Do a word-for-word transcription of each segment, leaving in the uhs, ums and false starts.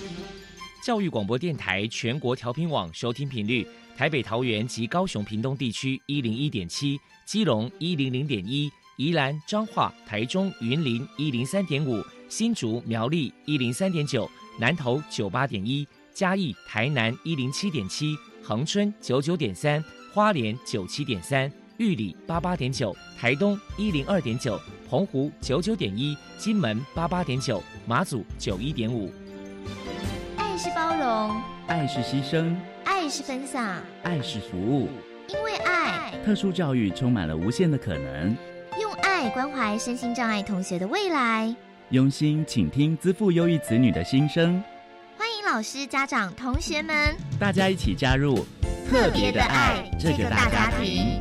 教育广播电台全国调频网收听频率：台北、桃园及高雄屏东地区一零一点七，基隆一零零点一，宜兰、彰化、台中、云林一零三点五，新竹、苗栗一零三点九，南投九八点一，嘉义、台南一零七点七，恒春九九点三，花莲九七点三，玉里八八点九，台东一零二点九，澎湖九九点一，金门八八点九，马祖九一点五。 爱是包容， 爱是牺牲， 爱是分享， 爱是服务。 因为爱， 特殊教育充满了无限的可能。 用爱关怀身心障碍同学的未来， 用心倾听资赋优异子女的心声。 欢迎老师、家长、同学们， 大家一起加入特别的爱这个大家庭。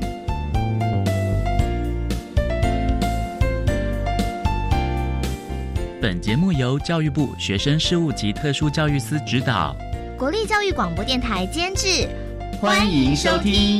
本节目由教育部学生事务及特殊教育司指导， 国立教育广播电台监制。 欢迎收听。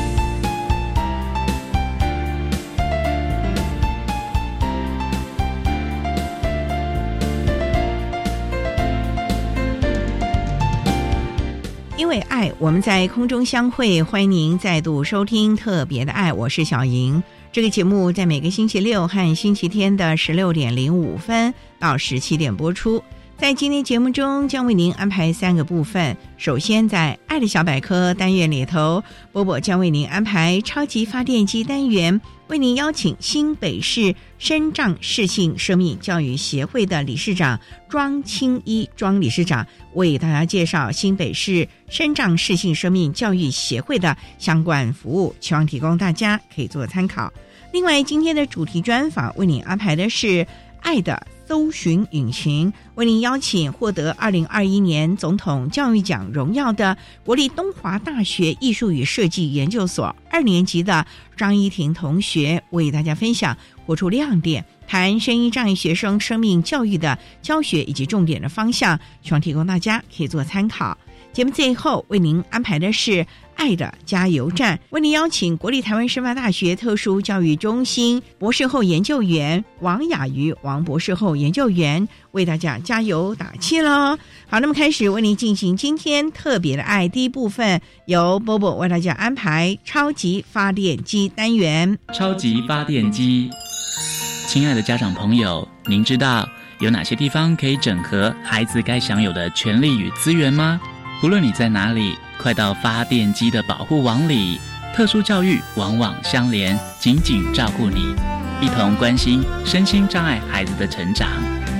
因为爱，我们在空中相会，欢迎您再度收听特别的爱，我是小莹。这个节目在每个星期六和星期天的十六点零五分到十七点播出。在今天节目中将为您安排三个部分。首先在爱的小百科单元里头，波波将为您安排超级发电机单元，为您邀请新北市身障适性生命教育协会的理事长庄清一庄理事长为大家介绍新北市身障适性生命教育协会的相关服务，希望提供大家可以做参考。另外，今天的主题专访为您安排的是爱的搜寻引擎，为您邀请获得二零二一年总统教育奖荣耀的国立东华大学艺术与设计研究所二年级的张依婷同学，为大家分享活出亮点，谈声音障碍学生生命教育的教学以及重点的方向，希望提供大家可以做参考。节目最后为您安排的是爱的加油站，为您邀请国立台湾师范大学特殊教育中心博士后研究员王雅瑜王博士后研究员为大家加油打气咯。好，那么开始为您进行今天特别的爱，第一部分由波波为大家安排超级发电机单元。 超级发电机，亲爱的家长朋友，您知道有哪些地方可以整合孩子该享有的权利与资源吗？无论你在哪里，快到发电机的保护网里，特殊教育网网相连，紧紧照顾你，一同关心身心障碍孩子的成长。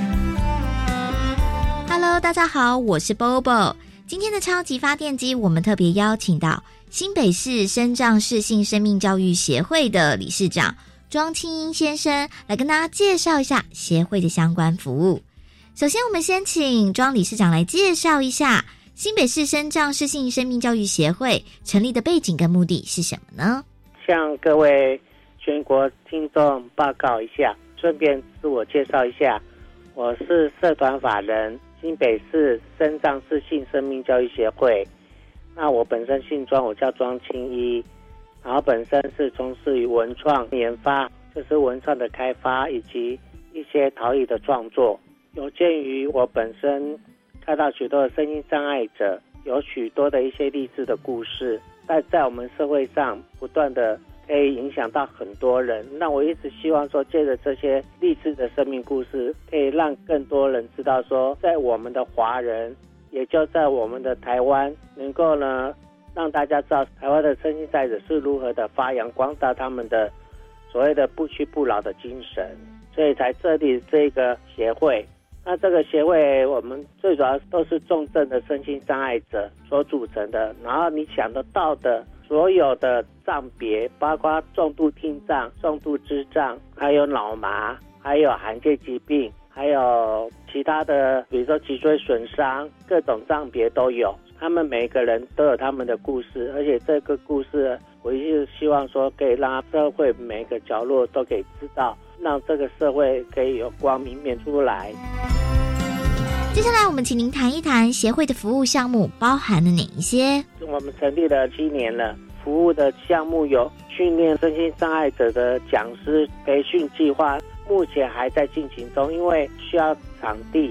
Hello， 大家好，我是 Bobo。今天的超级发电机，我们特别邀请到新北市身障适性生命教育协会的理事长庄清英先生来跟大家介绍一下协会的相关服务。首先，我们先请庄理事长来介绍一下新北市身障适性生命教育协会成立的背景跟目的是什么呢？ 向各位全国听众报告一下，顺便自我介绍一下，我是社团法人新北市身障适性生命教育协会。那我本身姓庄，我叫庄清一，然后本身是从事于文创研发，就是文创的开发以及一些陶艺的创作。有鉴于我本身看到许多的身心障碍者，有许多的一些励志的故事，但在我们社会上不断的可以影响到很多人。那我一直希望说，借着这些励志的生命故事，可以让更多人知道说，在我们的华人，也就在我们的台湾，能够呢让大家知道台湾的身心障碍者是如何的发扬光大他们的所谓的不屈不挠的精神，所以才设立这个协会。那这个协会我们最主要都是重症的身心障碍者所组成的，然后你想得到的所有的障别，包括重度听障、重度智障，还有脑麻，还有罕见疾病，还有其他的比如说脊椎损伤，各种障别都有，他们每个人都有他们的故事，而且这个故事我一直希望说可以让社会每个角落都可以知道，让这个社会可以有光明面出来。 接下来我们请您谈一谈协会的服务项目包含了哪一些？ 我们成立了七年了，服务的项目有训练身心障碍者的讲师培训计划，目前还在进行中，因为需要场地，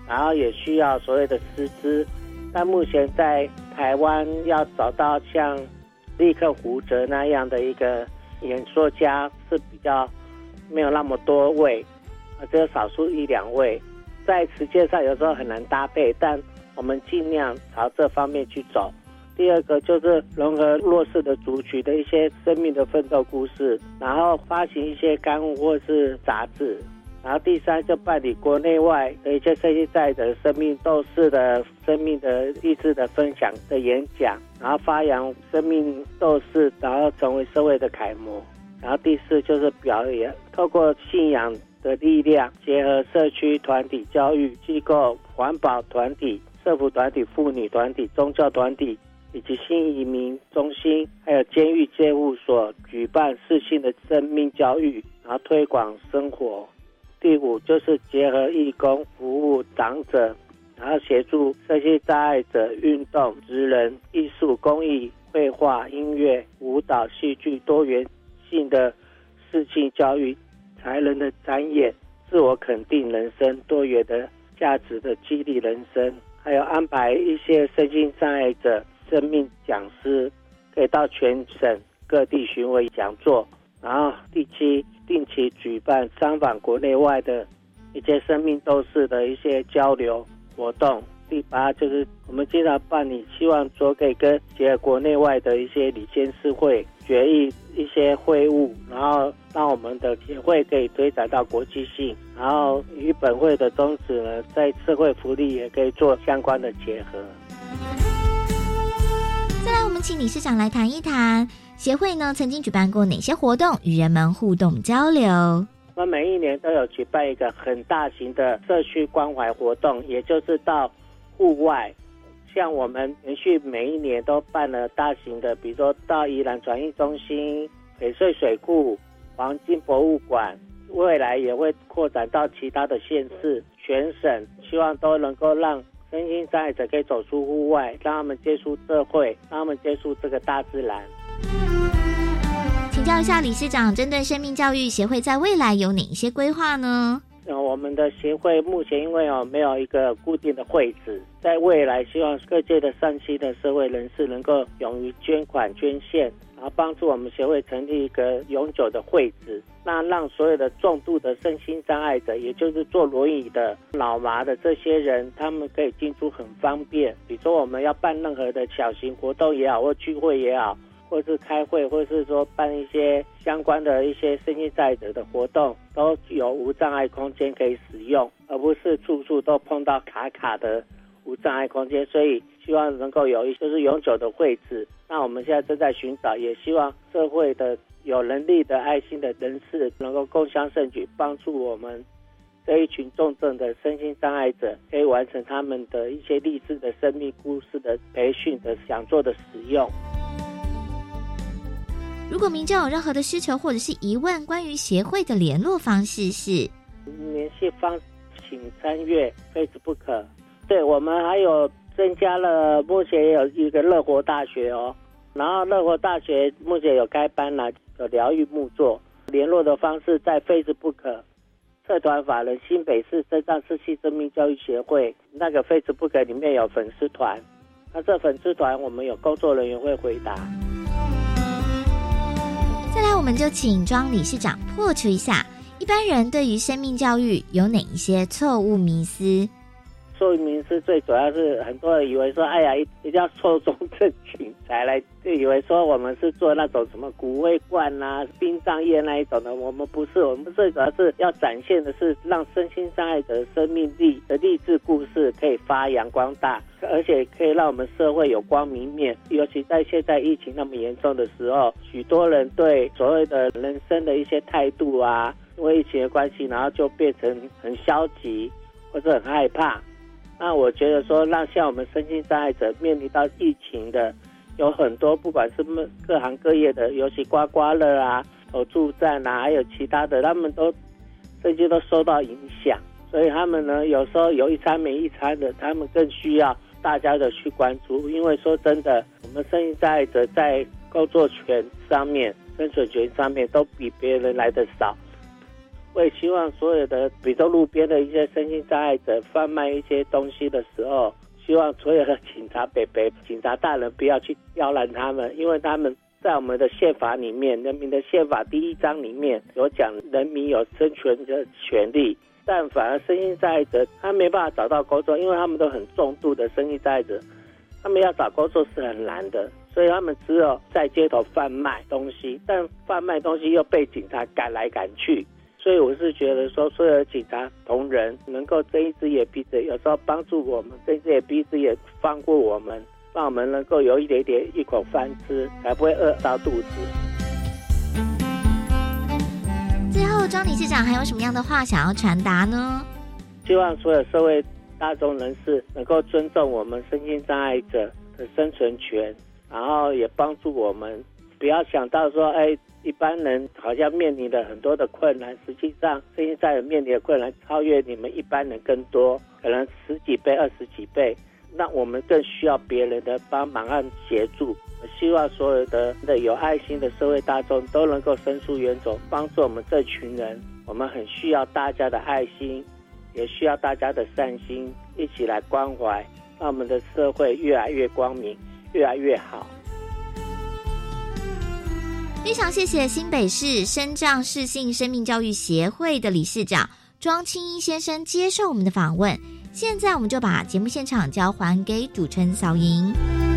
然后也需要所谓的师资。但目前在台湾要找到像立克胡哲那样的一个演说家是比较没有那么多位，只有少数一两位，在实践上有时候很难搭配，但我们尽量朝这方面去走。第二个就是融合弱势的族群的一些生命的奋斗故事，然后发行一些刊物或是杂志。然后第三就办理国内外的一些身心障碍者生命斗士的生命的励志的分享的演讲，然后发扬生命斗士，然后成为社会的楷模。然后第四就是表演，透过信仰的力量，结合社区团体、教育机构、环保团体、社福团体、妇女团体、宗教团体以及新移民中心还有监狱戒务所举办适性的生命教育，然后推广生活。第五就是结合义工服务长者，然后协助身心障碍者运动、职人、艺术、公益、绘画、音乐、舞蹈、戏剧多元性的适性教育，才能的展演，自我肯定人生，多元的价值的激励人生，还有安排一些身心障碍者生命讲师可以到全省各地巡回讲座。然后第七，定期举办参访国内外的一些生命斗士的一些交流活动。第八就是我们经常办理，希望说可以跟结合国内外的一些理监事会决议一些会务，然后让我们的协会可以推展到国际性，然后与本会的宗旨呢，在社会福利也可以做相关的结合。 再来，我们请理事长来谈一谈协会呢曾经举办过哪些活动，与人们互动交流。 我们每一年都有举办一个很大型的社区关怀活动，也就是到户外，像我们连续每一年都办了大型的，比如说到宜兰转运中心、翡翠水库、黄金博物馆，未来也会扩展到其他的县市、全省，希望都能够让身心障碍者可以走出户外，让他们接触社会，让他们接触这个大自然。 请教一下理事长，针对生命教育协会在未来有哪一些规划呢？ 呃，我们的协会目前因为哦没有一个固定的会址，在未来希望各界的善心的社会人士能够勇于捐款捐献，然后帮助我们协会成立一个永久的会址，那让所有的重度的身心障碍者，也就是坐轮椅的、脑麻的这些人，他们可以进出很方便。比如说我们要办任何的小型活动也好，或聚会也好，或是开会，或是说办一些相关的一些身心障碍者的活动，都有无障碍空间可以使用，而不是处处都碰到卡卡的无障碍空间。所以希望能够有一就是永久的会址。那我们现在正在寻找，也希望社会的有能力的爱心的人士能够共襄盛举，帮助我们这一群重症的身心障碍者可以完成他们的一些励志的生命故事的培训的讲座的使用。 如果民众有任何的需求或者是疑问，关于协会的联络方式是联系方，请参阅 Facebook。 对，我们还有增加了，目前也有一个乐活大学哦，然后乐活大学目前有开班了，有疗愈木作。联络的方式在 Facebook 社团法人新北市身障适性生命教育协会，那个 Facebook 里面有粉丝团，那这粉丝团我们有工作人员会回答。 再来，我们就请庄理事长破除一下一般人对于生命教育有哪一些错误迷思。 错误迷思最主要是很多人以为说，哎呀，一定要寿终正寝才来，就以为说我们是做那种什么骨灰罐啊、殡葬业那一种的。我们不是，我们最主要是要展现的是让身心障碍者的生命力的励志故事可以发扬光大，而且可以让我们社会有光明面。尤其在现在疫情那么严重的时候，许多人对所谓的人生的一些态度啊，因为疫情的关系，然后就变成很消极或者很害怕。那我觉得说，让像我们身心障碍者面临到疫情的有很多，不管是各行各业的，尤其刮刮乐啊、投注站啊，还有其他的，他们都最近都受到影响。所以他们呢，有时候有一餐没一餐的，他们更需要大家的去关注。因为说真的，我们身心障碍者在工作权上面、生存权上面都比别人来得少。 我也希望所有的比如说路边的一些身心障碍者贩卖一些东西的时候，希望所有的警察伯伯警察大人不要去刁难他们，因为他们在我们的宪法里面，人民的宪法第一章里面有讲人民有生存的权利，但反而身心障碍者他没办法找到工作，因为他们都很重度的身心障碍者，他们要找工作是很难的，所以他们只有在街头贩卖东西，但贩卖东西又被警察赶来赶去。所以我是觉得说，所有的警察同仁能够睁一只眼闭一只眼，有时候帮助我们，睁一只眼闭一只眼，放过我们，让我们能够有一点点一口饭吃，才不会饿到肚子。 最后，庄理事长还有什么样的话想要传达呢？ 希望所有社会大众人士能够尊重我们身心障碍者的生存权，然后也帮助我们，不要想到说，哎，一般人好像面临了很多的困难，实际上身心障碍者面临的困难超越你们一般人更多，可能十几倍、二十几倍。那我们更需要别人的帮忙和协助。我希望所有的有爱心的社会大众都能够伸出援手，帮助我们这群人。我们很需要大家的爱心，也需要大家的善心，一起来关怀，让我们的社会越来越光明，越来越好。 非常谢谢新北市身障适性生命教育协会的理事长庄清英先生接受我们的访问。现在我们就把节目现场交还给主持人小莹。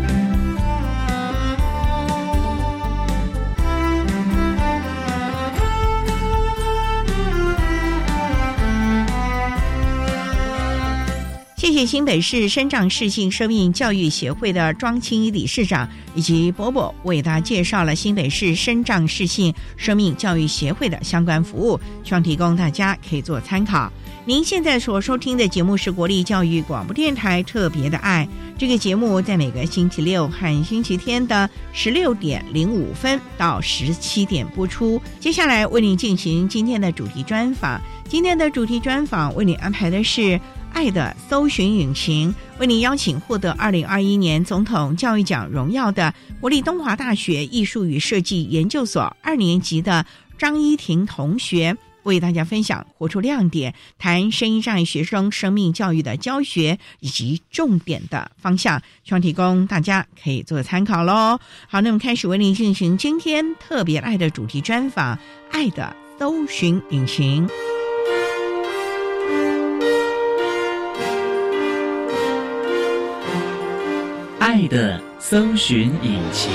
谢谢新北市身障适性生命教育协会的庄清一理事长以及伯伯为大家介绍了新北市身障适性生命教育协会的相关服务，希望提供大家可以做参考。您现在所收听的节目是国立教育广播电台特别的爱，这个节目在每个星期六和星期天的十六点零五分到十七点播出。接下来为您进行今天的主题专访，今天的主题专访为您安排的是爱的搜寻引擎，为您邀请获得二零二一年总统教育奖荣耀的国立东华大学艺术与设计研究所二年级的张依婷同学，为大家分享活出亮点，谈身心障碍学生生命教育的教学以及重点的方向，希望提供大家可以做参考咯。好，那么开始为您进行今天特别爱的主题专访，爱的搜寻引擎。 爱的搜寻引擎。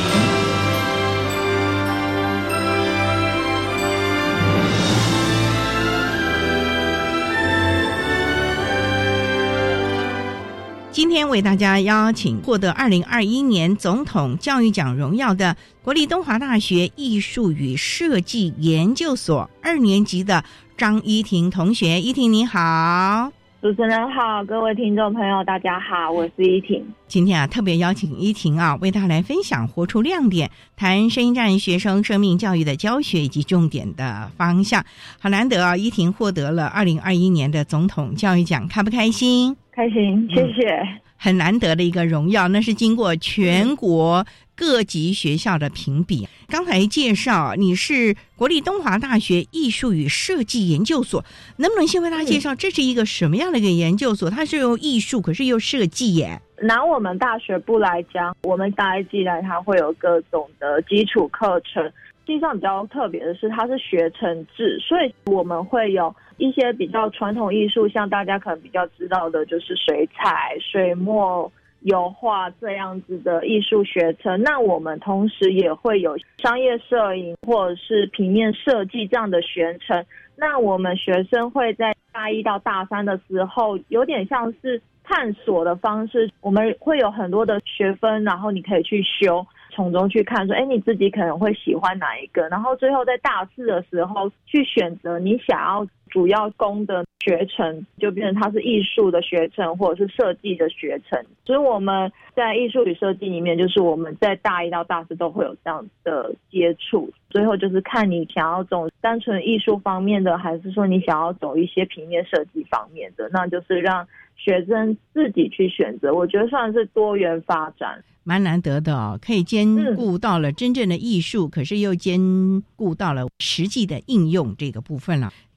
今天为大家邀请获得二零二一年总统教育奖荣耀的国立东华大学艺术与设计研究所二年级的张依婷同学。依婷你好。 主持人好，各位听众朋友大家好，我是依婷。 今天啊，特别邀请依婷啊，为大家来分享活出亮点，谈身心障碍学生生命教育的教学以及重点的方向。好难得啊，依婷获得了二零二一年的总统教育奖，开不开心？ 开心，谢谢。嗯， 很难得的一个荣耀，那是经过全国各级学校的评比。刚才介绍你是国立东华大学艺术与设计研究所，能不能先为大家介绍这是一个什么样的一个研究所？它是用艺术可是又设计耶。 拿我们大学部来讲，我们大一进来它会有各种的基础课程，实际上比较特别的是它是学程制，所以我们会有一些比较传统艺术，像大家可能比较知道的就是水彩、水墨、油画这样子的艺术学程。那我们同时也会有商业摄影或者是平面设计这样的学程。那我们学生会在大一到大三的时候有点像是探索的方式，我们会有很多的学分，然后你可以去修，从中去看说，哎，你自己可能会喜欢哪一个，然后最后在大四的时候去选择你想要主要攻的学程，就变成它是艺术的学程或者是设计的学程。所以我们在艺术与设计里面，就是我们在大一到大四都会有这样的接触，最后就是看你想要走单纯艺术方面的，还是说你想要走一些平面设计方面的，那就是让学生自己去选择。我觉得算是多元发展， 蛮难得的哦，可以兼顾到了真正的艺术，嗯，可是又兼顾到了实际的应用这个部分了。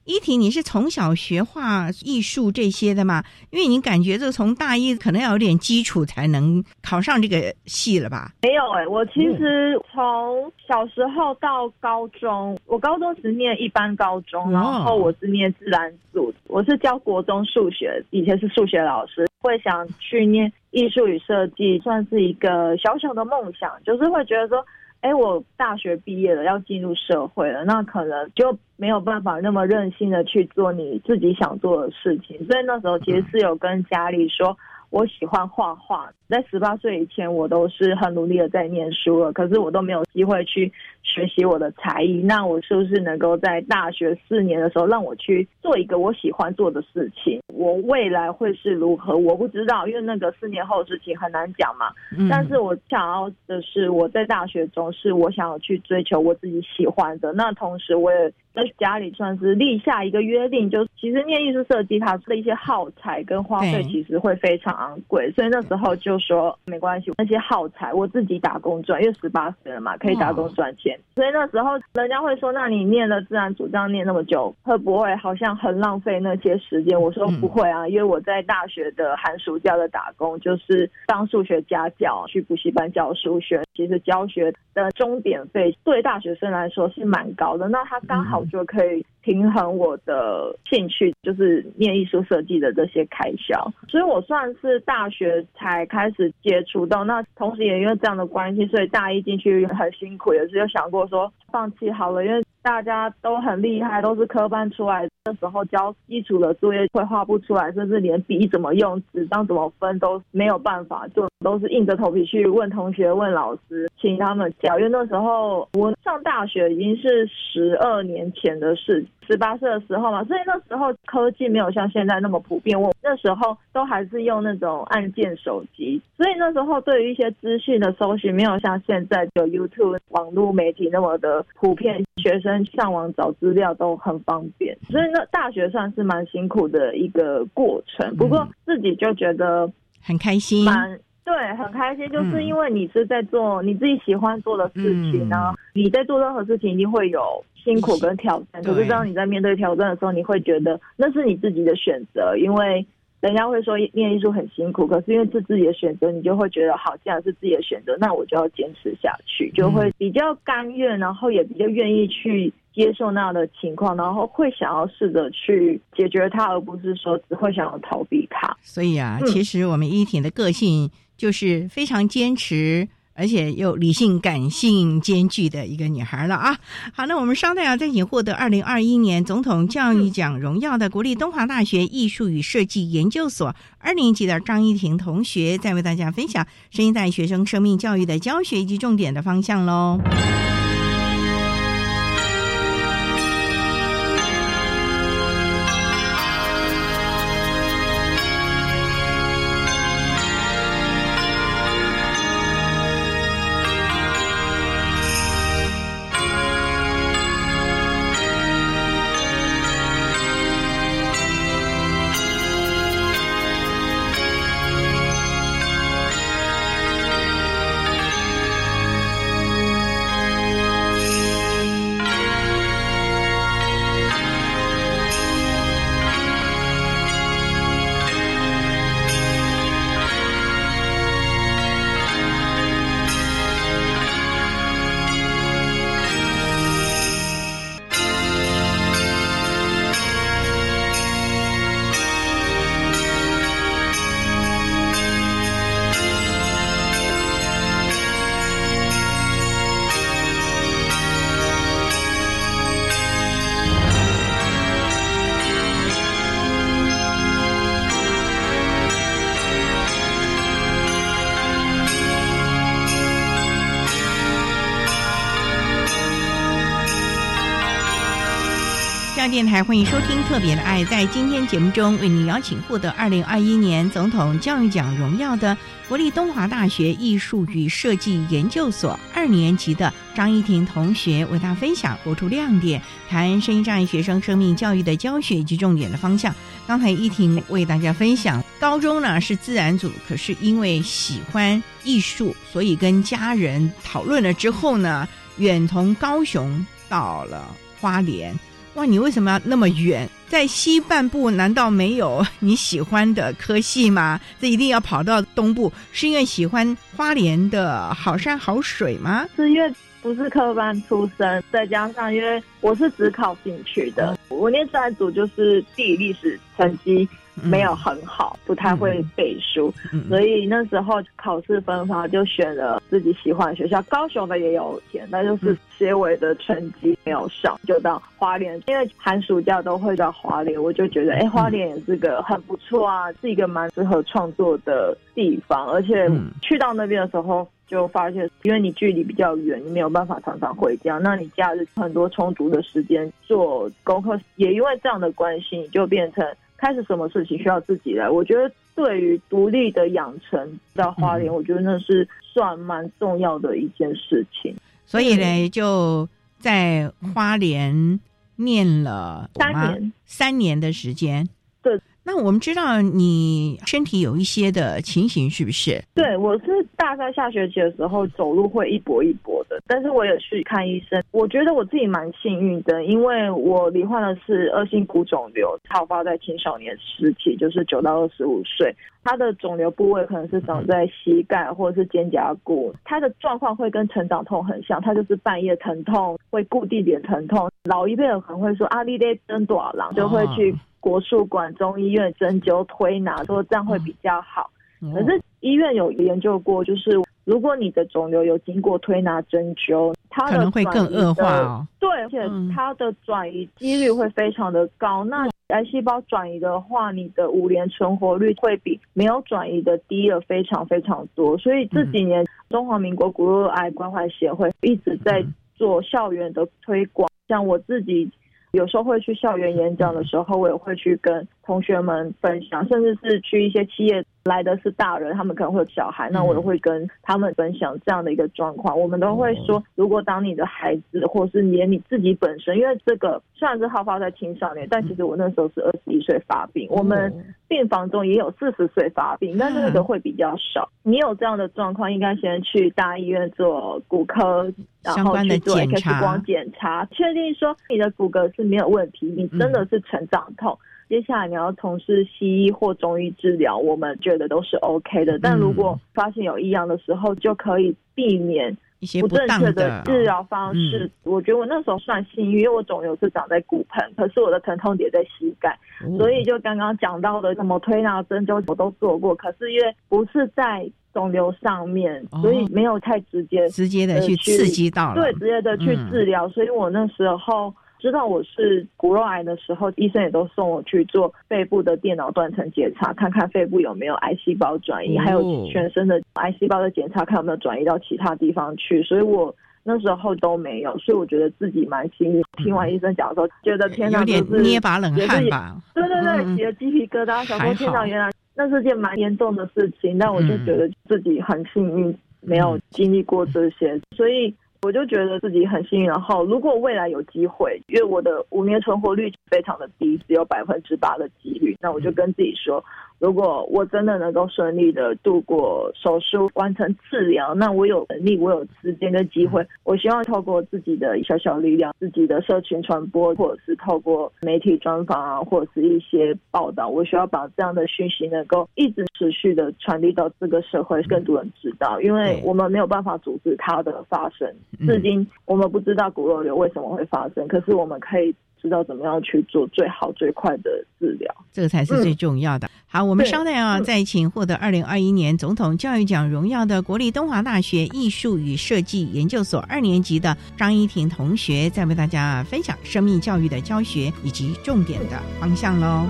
依婷，你是从小学画艺术这些的吗？因为你感觉这从大一可能要有点基础才能考上这个系了吧？ 没有哎、欸，我其实从小时候到高中，我高中是念一般高中，然后我是念自然组，我是教国中数学，以前是数学老师，会想去念艺术与设计，算是一个小小的梦想，就是会觉得说，哎，我大学毕业了，要进入社会了，那可能就没有办法那么任性的去做你自己想做的事情，所以那时候其实是有跟家里说我喜欢画画，在十八岁以前我都是很努力的在念书了，可是我都没有机会去学习我的才艺，那我是不是能够在大学四年的时候让我去做一个我喜欢做的事情，我未来会是如何我不知道，因为那个四年后的事情很难讲嘛、嗯、但是我想要的是我在大学中是我想要去追求我自己喜欢的，那同时我也在家里算是立下一个约定，就是其实念艺术设计它的一些耗材跟花费其实会非常昂贵，所以那时候就说没关系，那些耗材我自己打工赚，因为十八岁了嘛，可以打工赚钱、哦、所以那时候人家会说那你念了自然组这样念那么久会不会好像很浪费那些时间，我说不会啊、嗯、因为我在大学的寒暑假的打工就是当数学家教，去补习班教数学，其实教学的钟点费对大学生来说是蛮高的，那他刚好就可以平衡我的兴趣，就是念艺术设计的这些开销，所以我算是大学才开始接触到，那同时也因为这样的关系，所以大一进去很辛苦，也是有想过说放弃好了，因为大家都很厉害，都是科班出来的，那时候交基础的作业会画不出来，甚至连笔怎么用纸张怎么分都没有办法，就都是硬着头皮去问同学问老师请他们教，因为那时候我上大学已经是十二年前的事，十八岁的时候嘛，所以那时候科技没有像现在那么普遍，我那时候都还是用那种按键手机，所以那时候对于一些资讯的搜寻没有像现在有 YouTube 网络媒体那么的普遍，学生上网找资料都很方便，所以那大学算是蛮辛苦的一个过程，不过自己就觉得很开心， 蛮对，很开心，就是因为你是在做你自己喜欢做的事情，然后你在做任何事情一定会有辛苦跟挑战，可是当你在面对挑战的时候，你会觉得那是你自己的选择，因为人家会说念艺术很辛苦，可是因为是自己的选择，你就会觉得好，既然是自己的选择，那我就要坚持下去，就会比较甘愿，然后也比较愿意去接受那样的情况，然后会想要试着去解决它，而不是说只会想要逃避它。 所以啊、嗯、其实我们依婷的个性就是非常坚持而且又理性感性兼具的一个女孩了啊！好，那我们稍待啊，再请获得二零二一年总统教育奖荣耀的国立东华大学艺术与设计研究所二年级的张依婷同学，再为大家分享声音在学生生命教育的教学以及重点的方向咯。电台欢迎收听特别的爱，在今天节目中为你邀请获得二零二一年总统教育奖荣耀的国立东华大学艺术与设计研究所二年级的张依婷同学，为大家分享活出亮点，谈声音障碍学生生命教育的教学以及重点的方向。刚才依婷为大家分享高中呢是自然组，可是因为喜欢艺术，所以跟家人讨论了之后呢，远从高雄到了花莲。 哇，你为什么要那么远？在西半部难道没有你喜欢的科系吗？这一定要跑到东部，是因为喜欢花莲的好山好水吗？ 是因为不是科班出身，再加上因为我是只考兴趣的，我念自然组就是地理历史成绩没有很好，不太会背书， 嗯、 所以那时候考试分发就选了自己喜欢的学校。高雄的也有填，但就是结尾的成绩没有上，就到花莲。因为寒暑假都会到花莲，我就觉得，哎，花莲也是个很不错啊，是一个蛮适合创作的地方。而且去到那边的时候，就发现，因为你距离比较远，你没有办法常常回家，那你假日很多充足的时间做功课，也因为这样的关系，你就变成开始什么事情需要自己来。我觉得对于独立的养成到花莲，嗯、我觉得那是算蛮重要的一件事情。 所以呢，就在花莲念了三年， 三年的时间。 对。 那我们知道你身体有一些的情形，是不是？ 对，我是大三下学期的时候走路会一跛一跛的，但是我也去看医生。我觉得我自己蛮幸运的，因为我罹患的是恶性骨肿瘤，好发在青少年时期，就是九到二十五岁。它的肿瘤部位可能是长在膝盖或者是肩胛骨，它的状况会跟成长痛很像，它就是半夜疼痛，会固定点疼痛。老一辈的可能会说啊，你在针多少郎，就会去国术馆、中医院针灸推拿，说这样会比较好。可是医院有研究过，就是如果你的肿瘤有经过推拿针灸，它的可能会更恶化哦。 对，而且它的转移几率会非常的高。嗯、那癌细胞转移的话，你的五年存活率会比没有转移的低了非常非常多。所以这几年中华民国骨肉癌关怀协会一直在做校园的推广，像我自己有时候会去校园演讲的时候，我也会去跟同学们分享，甚至是去一些企业来的是大人，他们可能会有小孩，那我也会跟他们分享这样的一个状况。我们都会说，如果当你的孩子或是连你自己本身，因为这个虽然是好发在青少年，但其实我那时候是二十一岁发病，我们病房中也有四十岁发病，但是那个会比较少。你有这样的状况，应该先去大医院做骨科，然后去做 X 光检查，确定说你的骨骼是没有问题，你真的是成长痛。嗯，接下来你要从事西医或中医治疗，我们觉得都是 OK 的。但如果发现有异样的时候，就可以避免一些不正确的治疗方式。嗯、我觉得我那时候算幸运，因为我肿瘤是长在骨盆，可是我的疼痛点在膝盖，嗯、所以就刚刚讲到的什么推拿、针灸我都做过，可是因为不是在肿瘤上面，哦、所以没有太直接直接的去刺激到了， 对，直接的去治疗。嗯、所以我那时候知道我是骨肉癌的时候，医生也都送我去做肺部的电脑断层检查，看看肺部有没有癌细胞转移，哦、还有全身的癌细胞的检查，看有没有转移到其他地方去。所以我那时候都没有，所以我觉得自己蛮幸运。听完医生讲的时候，觉得天哪， 有点捏把冷汗吧？ 对对对，起了鸡皮疙瘩，想说天哪，原来那是件蛮严重的事情。但我就觉得自己很幸运，没有经历过这些，所以我就觉得自己很幸运。然后如果未来有机会，因为我的五年存活率非常的低，只有百分之八的几率，那我就跟自己说，如果我真的能够顺利的度过手术，完成治疗，那我有能力，我有时间跟机会，我希望透过自己的小小力量，自己的社群传播，或者是透过媒体专访啊，或者是一些报道，我需要把这样的讯息能够一直持续的传递到这个社会，更多人知道。因为我们没有办法阻止它的发生，至今我们不知道骨肉瘤为什么会发生，可是我们可以知道怎么样去做最好最快的治疗， 这个才是最重要的。嗯、好，我们稍待啊，再请获得二零二一年总统教育奖荣耀的国立东华大学艺术与设计研究所二年级的张依婷同学，再为大家分享生命教育的教学以及重点的方向喽。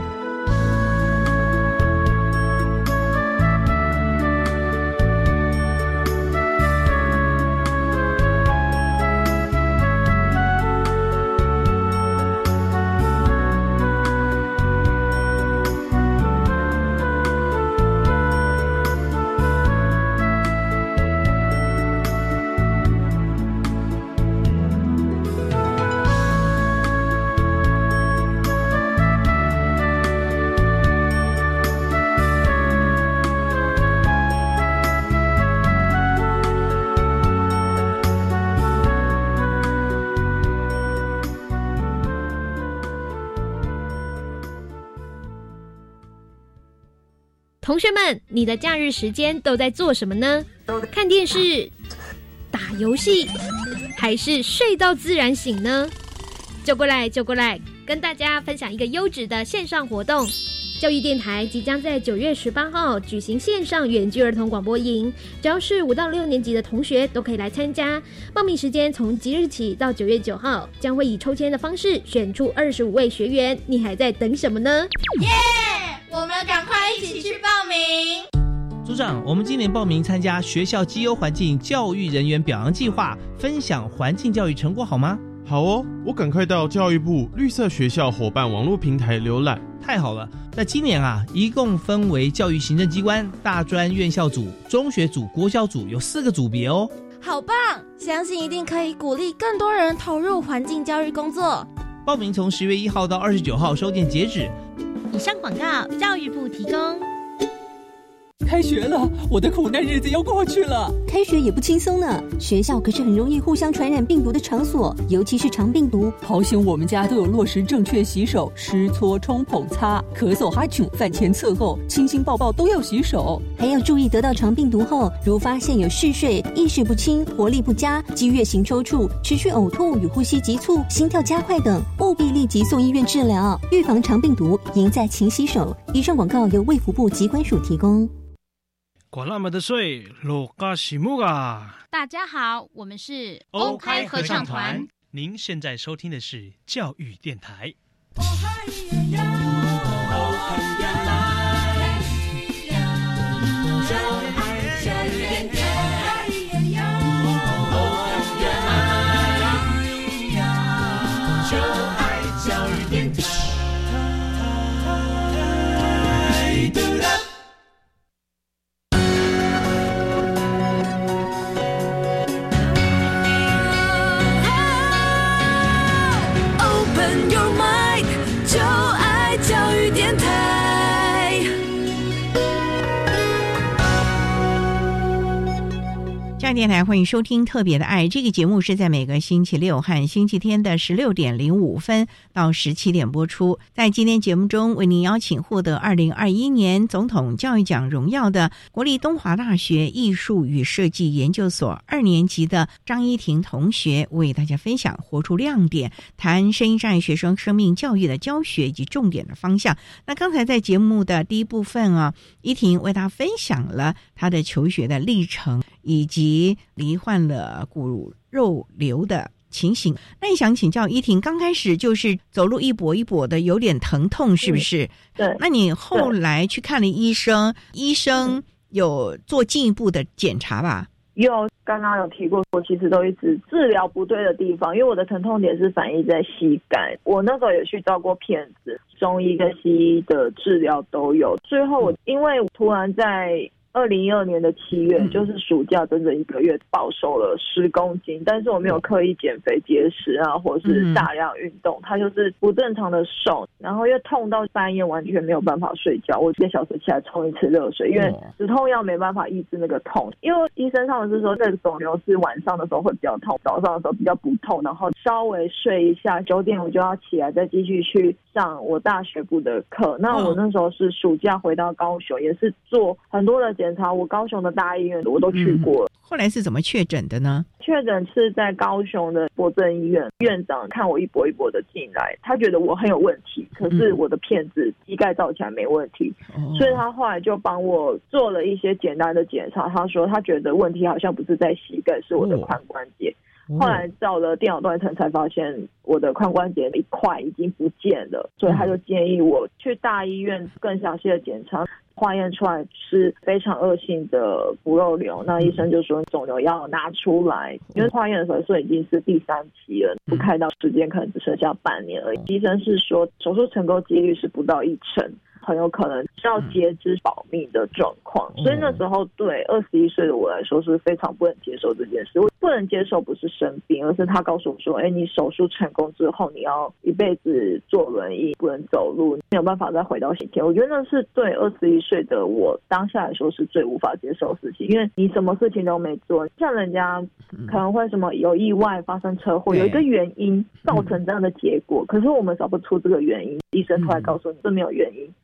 同学们，你的假日时间都在做什么呢？看电视、打游戏，还是睡到自然醒呢？就过来就过来，跟大家分享一个优质的线上活动。教育电台即将在九月十八号举行线上远距儿童广播营，只要是五到六年级的同学都可以来参加。报名时间从即日起到九月九号，将会以抽签的方式选出二十五位学员。你还在等什么呢？ 耶、yeah! 我们赶快一起去报名。 组长，我们今年报名参加学校绩优环境教育人员表扬计划，分享环境教育成果好吗？ 好哦，我赶快到教育部绿色学校伙伴网络平台浏览。 太好了，那今年啊，一共分为教育行政机关、大专院校组、中学组、国小组，有四个组别哦。 好棒，相信一定可以鼓励更多人投入环境教育工作。 报名从十月一号到二十九号收件截止。 以上广告，教育部提供。 开学了，我的苦难日子要过去了。 开学也不轻松呢，学校可是很容易互相传染病毒的场所，尤其是肠病毒。 好险我们家都有落实正确洗手，湿搓冲捧擦，咳嗽哈啾，饭前课后亲亲抱抱都要洗手。 还要注意得到肠病毒后，如发现有嗜睡、意识不清、活力不佳、激越型抽搐、持续呕吐与呼吸急促、心跳加快等，务必立即送医院治疗。预防肠病毒，赢在勤洗手。以上广告由卫福部疾管署提供。 管那么的水，落嘎西木啊！ 大家好，我们是欧开合唱团。您现在收听的是教育电台。 教育电台欢迎收听特别的爱，这个节目是在每个星期六和星期天的十六点零五分到十七点播出。在今天节目中，为您邀请获得二零二一年总统教育奖荣耀的国立东华大学艺术与设计研究所二年级的张依婷同学，为大家分享活出亮点，谈声音障碍学生生命教育的教学以及重点的方向。那刚才在节目的第一部分啊，依婷为他分享了他的求学的历程以及罹患了骨肉瘤的情形。那也想请教依婷，刚开始就是走路一跛一跛的，有点疼痛，是不是？ 对。 那你后来去看了医生，医生有做进一步的检查吧？ 有，刚刚有提过，我其实都一直治疗不对的地方，因为我的疼痛点是反映在膝盖。我那时候也去照过片子，中医跟西医的治疗都有。最后我因为突然在二零一二年的七月，嗯、就是暑假整整一个月，暴瘦了十公斤，但是我没有刻意减肥节食啊，或者是大量运动，它就是不正常的瘦，然后又痛到半夜完全没有办法睡觉，我一个小时起来冲一次热水，因为止痛药没办法抑制那个痛，因为医生上的是说这个肿瘤是晚上的时候会比较痛，早上的时候比较不痛，然后稍微睡一下，九点我就要起来再继续去上我大学部的课。那我那时候是暑假回到高雄，也是做很多的检查，我高雄的大医院我都去过了。 嗯、后来是怎么确诊的呢？ 确诊是在高雄的博正医院，院长看我一跛一跛的进来，他觉得我很有问题，可是我的片子膝盖照起来没问题，嗯、所以他后来就帮我做了一些简单的检查，他说他觉得问题好像不是在膝盖，是我的髋关节。后来照了电脑断层才发现我的髋关节一块已经不见了，所以他就建议我去大医院更详细的检查，化验出来是非常恶性的骨肉瘤，那医生就说肿瘤要拿出来，因为化验的时候说已经是第三期了，不开刀时间可能只剩下半年而已。医生是说手术成功几率是不到一成，很有可能是要截肢保命的状况，所以那时候对二十一岁的我来说是非常不能接受这件事。我不能接受不是生病，而是他告诉我说，哎，你手术成功之后你要一辈子坐轮椅，不能走路，没有办法再回到以前。我觉得那是对二十一岁的我当下来说是最无法接受的事情，因为你什么事情都没做，像人家可能会什么有意外发生车祸，有一个原因造成这样的结果，可是我们找不出这个原因，医生突然告诉你这没有原因，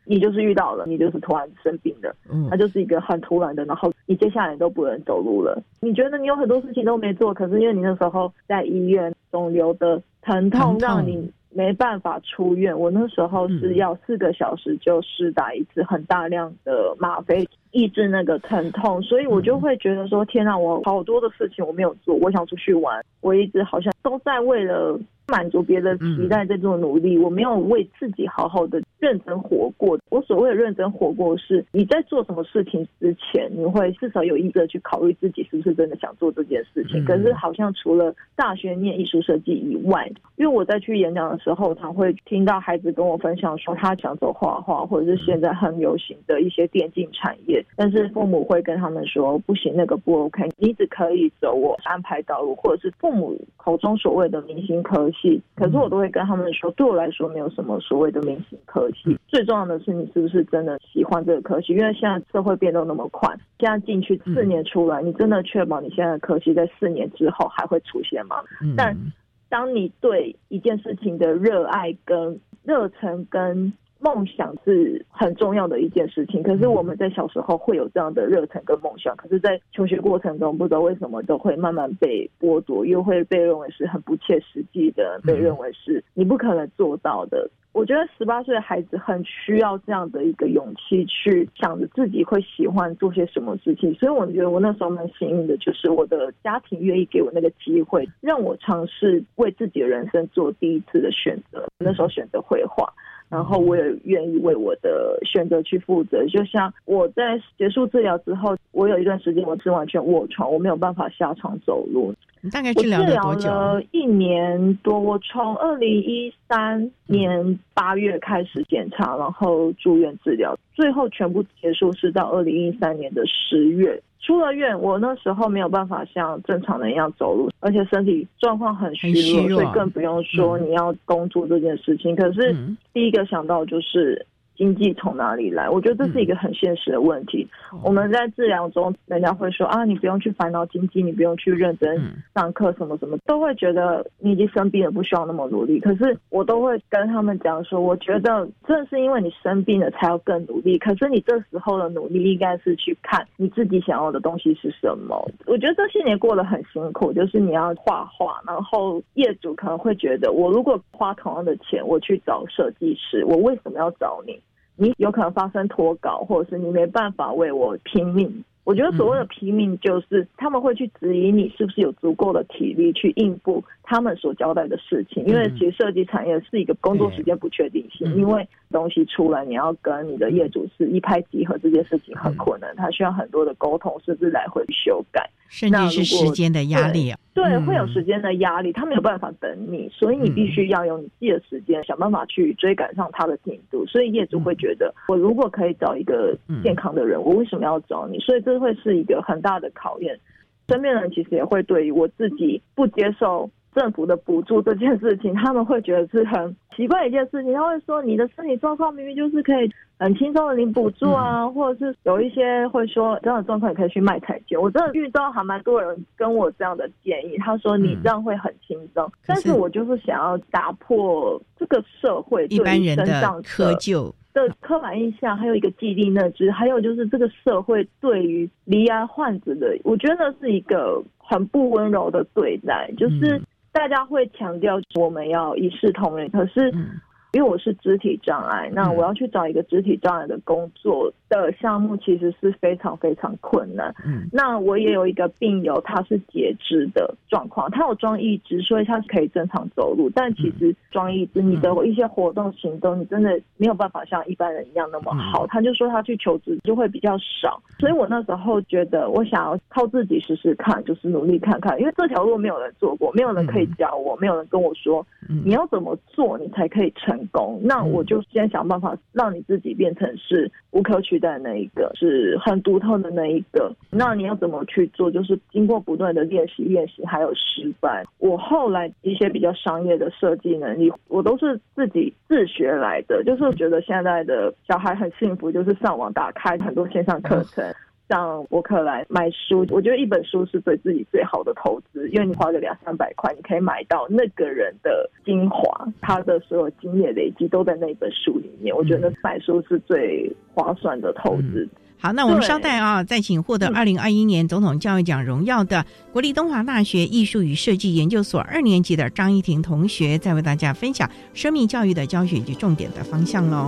你就是遇到了，你就是突然生病的， 嗯， 它就是一个很突然的，然后你接下来都不能走路了。你觉得你有很多事情都没做，可是因为你那时候在医院，肿瘤的疼痛让你没办法出院。我那时候是要四个小时就施打一次很大量的吗啡，抑制那个疼痛，所以我就会觉得说，天啊，我好多的事情我没有做，我想出去玩，我一直好像都在为了满足别的期待在做努力，我没有为自己好好的认真活过。我所谓的认真活过是，你在做什么事情之前，你会至少有意识的去考虑自己是不是真的想做这件事情。可是好像除了大学念艺术设计以外，因为我在去演讲的时候，常会听到孩子跟我分享说，他想走画画，或者是现在很流行的一些电竞产业，但是父母会跟他们说，不行，那个不 OK， 你只可以走我安排道路，或者是父母口中所谓的明星科系。可是我都会跟他们说，对我来说没有什么所谓的明星科系，最重要的是你是不是真的喜欢这个科系。因为现在社会变动那么快，现在进去四年出来，你真的确保你现在的科系在四年之后还会出现吗？但当你对一件事情的热爱跟热忱跟梦想是很重要的一件事情，可是我们在小时候会有这样的热忱跟梦想，可是在求学过程中不知道为什么都会慢慢被剥夺，又会被认为是很不切实际的，被认为是你不可能做到的。我觉得十八岁的孩子很需要这样的一个勇气，去想着自己会喜欢做些什么事情。所以我觉得我那时候蛮幸运的，就是我的家庭愿意给我那个机会，让我尝试为自己的人生做第一次的选择。那时候选择绘画，然后我也愿意为我的选择去负责。就像我在结束治疗之后，我有一段时间我是完全卧床，我没有办法下床走路。 你大概治疗了多久？ 我治疗了一年多，我从二零一三年八月开始检查，然后住院治疗，最后全部结束是到二零一三年的十月。出了院，我那时候没有办法像正常人一样走路，而且身体状况很虚 弱, 虚弱所以更不用说你要工作这件事情、嗯、可是第一个想到就是经济从哪里来，我觉得这是一个很现实的问题、嗯、我们在治疗中人家会说啊，你不用去烦恼经济，你不用去认真上课什么什么、嗯、都会觉得你已经生病了，不需要那么努力。可是我都会跟他们讲说，我觉得正是因为你生病了才要更努力，可是你这时候的努力应该是去看你自己想要的东西是什么。我觉得这些年过得很辛苦，就是你要画画，然后业主可能会觉得，我如果花同样的钱我去找设计师，我为什么要找你？你有可能发生脱稿，或者是你没办法为我拼命。我觉得所谓的拼命就是他们会去质疑你是不是有足够的体力去应付他们所交代的事情，因为其实设计产业是一个工作时间不确定性，因为东西出来你要跟你的业主是一拍即合，这件事情很困难，它需要很多的沟通，甚至来回修改， 甚至是时间的压力啊。 对，对会有时间的压力，他没有办法等你，所以你必须要用你自己的时间想办法去追赶上他的进度。所以业主会觉得，我如果可以找一个健康的人，我为什么要找你？所以这会是一个很大的考验。身边人其实也会对于我自己不接受政府的补助这件事情，他们会觉得是很奇怪的一件事情。他会说，你的身体状况明明就是可以很轻松的领补助啊、嗯、或者是有一些会说这样的状况也可以去卖彩券。我真的遇到还蛮多人跟我这样的建议，他说你这样会很轻松、嗯、但是我就是想要打破这个社会对于身上的窠臼的刻板印象，还有一个既定认知，还有就是这个社会对于罹癌患者的，我觉得是一个很不温柔的对待，就是大家会强调我们要一视同仁，可是因为我是肢体障碍，那我要去找一个肢体障碍的工作的项目其实是非常非常困难。嗯，那我也有一个病友，他是截肢的状况，他有装义肢，所以他可以正常走路，但其实装义肢你的一些活动行动你真的没有办法像一般人一样那么好、嗯、他就说他去求职就会比较少。所以我那时候觉得我想要靠自己试试看，就是努力看看，因为这条路没有人做过，没有人可以教我、嗯、没有人跟我说、嗯、你要怎么做你才可以成功，那我就先想办法让你自己变成是无可取代的那一个，是很独特的那一个。那你要怎么去做，就是经过不断的练习练习还有失败。我后来一些比较商业的设计能力我都是自己自学来的，就是觉得现在的小孩很幸福，就是上网打开很多线上课程， 上博客来买书，我觉得一本书是对自己最好的投资，因为你花个两三百块，你可以买到那个人的精华，他的所有经验累积都在那本书里面。我觉得买书是最划算的投资。嗯， 好，那我们稍待啊，再请获得二零二一年总统教育奖荣耀的国立东华大学艺术与设计研究所二年级的张依婷同学，再为大家分享生命教育的教学以及重点的方向喽。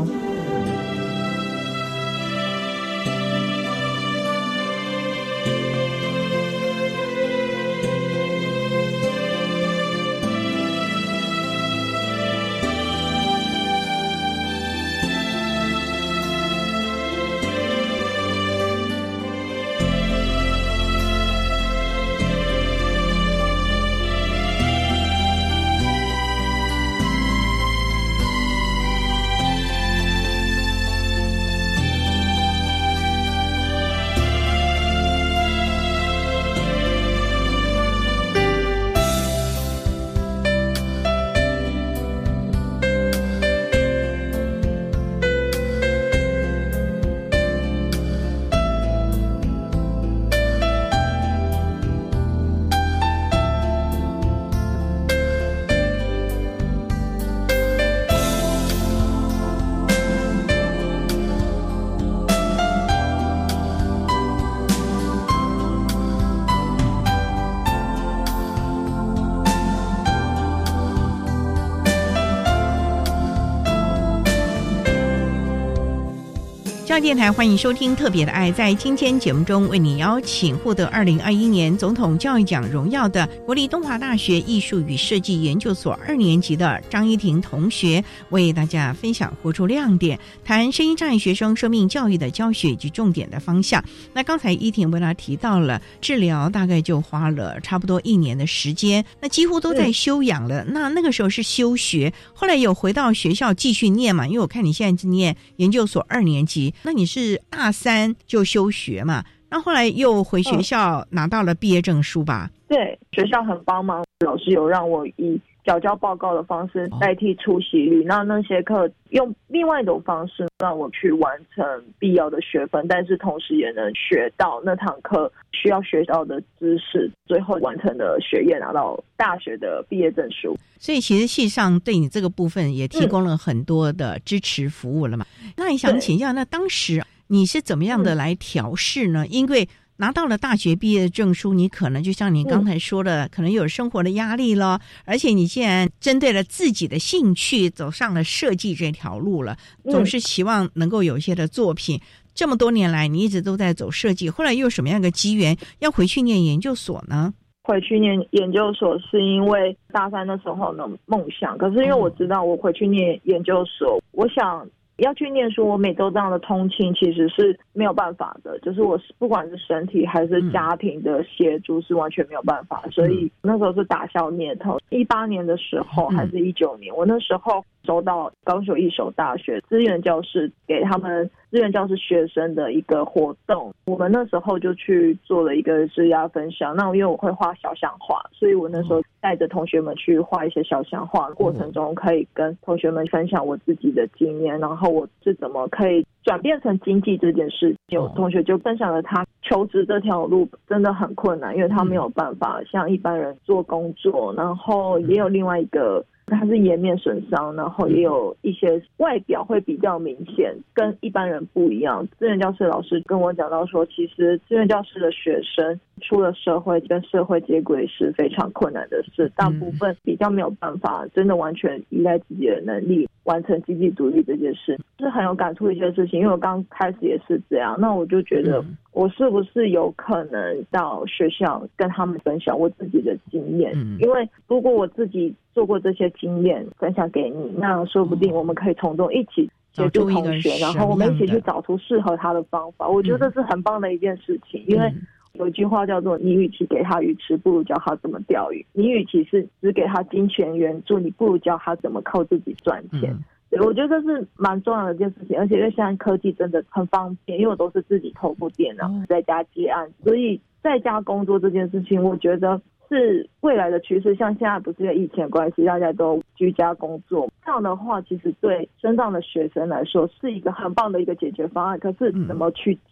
电台欢迎收听特别的爱，在今天节目中为你邀请获得二零二一年总统教育奖荣耀的国立东华大学艺术与设计研究所二年级的张依婷同学，为大家分享活出亮点，谈声音障碍学生生命教育的教学以及重点的方向。那刚才依婷为大家提到了治疗大概就花了差不多一年的时间，那几乎都在休养了。那那个时候是休学，后来有回到学校继续念嘛？因为我看你现在是念研究所二年级，那你是大三就休学嘛？那后来又回学校拿到了毕业证书吧？ 对，学校很帮忙，老师有让我以缴交报告的方式代替出席率，那那些课用另外一种方式让我去完成必要的学分，但是同时也能学到那堂课需要学到的知识，最后完成的学业，拿到大学的毕业证书。 所以其实系上对你这个部分也提供了很多的支持服务了嘛。嗯、那你想请教，那当时你是怎么样的来调试呢？嗯、因为拿到了大学毕业证书，你可能就像你刚才说的、嗯、可能有生活的压力了，而且你既然针对了自己的兴趣走上了设计这条路了，总是希望能够有一些的作品、嗯、这么多年来你一直都在走设计，后来又有什么样的机缘要回去念研究所呢？ 回去念研究所是因为大三的时候的梦想，可是因为我知道我回去念研究所、嗯、我想要去念书，我每周这样的通勤其实是没有办法的，就是我不管是身体还是家庭的协助是完全没有办法、嗯、所以那时候是打消念头。一八年的时候还是一九年、嗯、我那时候收到高雄一所大学资源教室给他们资源教室学生的一个活动，我们那时候就去做了一个职涯分享。那因为我会画小象画，所以我那时候带着同学们去画一些小象画，过程中可以跟同学们分享我自己的经验，然后我是怎么可以转变成经济这件事。有同学就分享了他求职这条路真的很困难，因为他没有办法像一般人做工作，然后也有另外一个他是颜面损伤，然后也有一些外表会比较明显，跟一般人不一样。资源教室老师跟我讲到说，其实资源教室的学生出了社会跟社会接轨是非常困难的事，大部分比较没有办法真的完全依赖自己的能力完成经济独立这件事，是很有感触的一件事情。因为我刚开始也是这样，那我就觉得我是不是有可能到学校跟他们分享我自己的经验、嗯、因为如果我自己做过这些经验分享给你，那说不定我们可以从中一起协助同学，然后我们一起去找出适合他的方法。我觉得这是很棒的一件事情、嗯、因为有一句话叫做你与其给他鱼吃，不如教他怎么钓鱼。你与其是只给他金钱援助，你不如教他怎么靠自己赚钱、嗯，对，我觉得这是蛮重要的一件事情。而且因为现在科技真的很方便，因为我都是自己透过电脑在家接案，所以在家工作这件事情我觉得是未来的趋势。像现在不是因为疫情的关系大家都居家工作，这样的话其实对身障的学生来说是一个很棒的一个解决方案，可是怎么去做、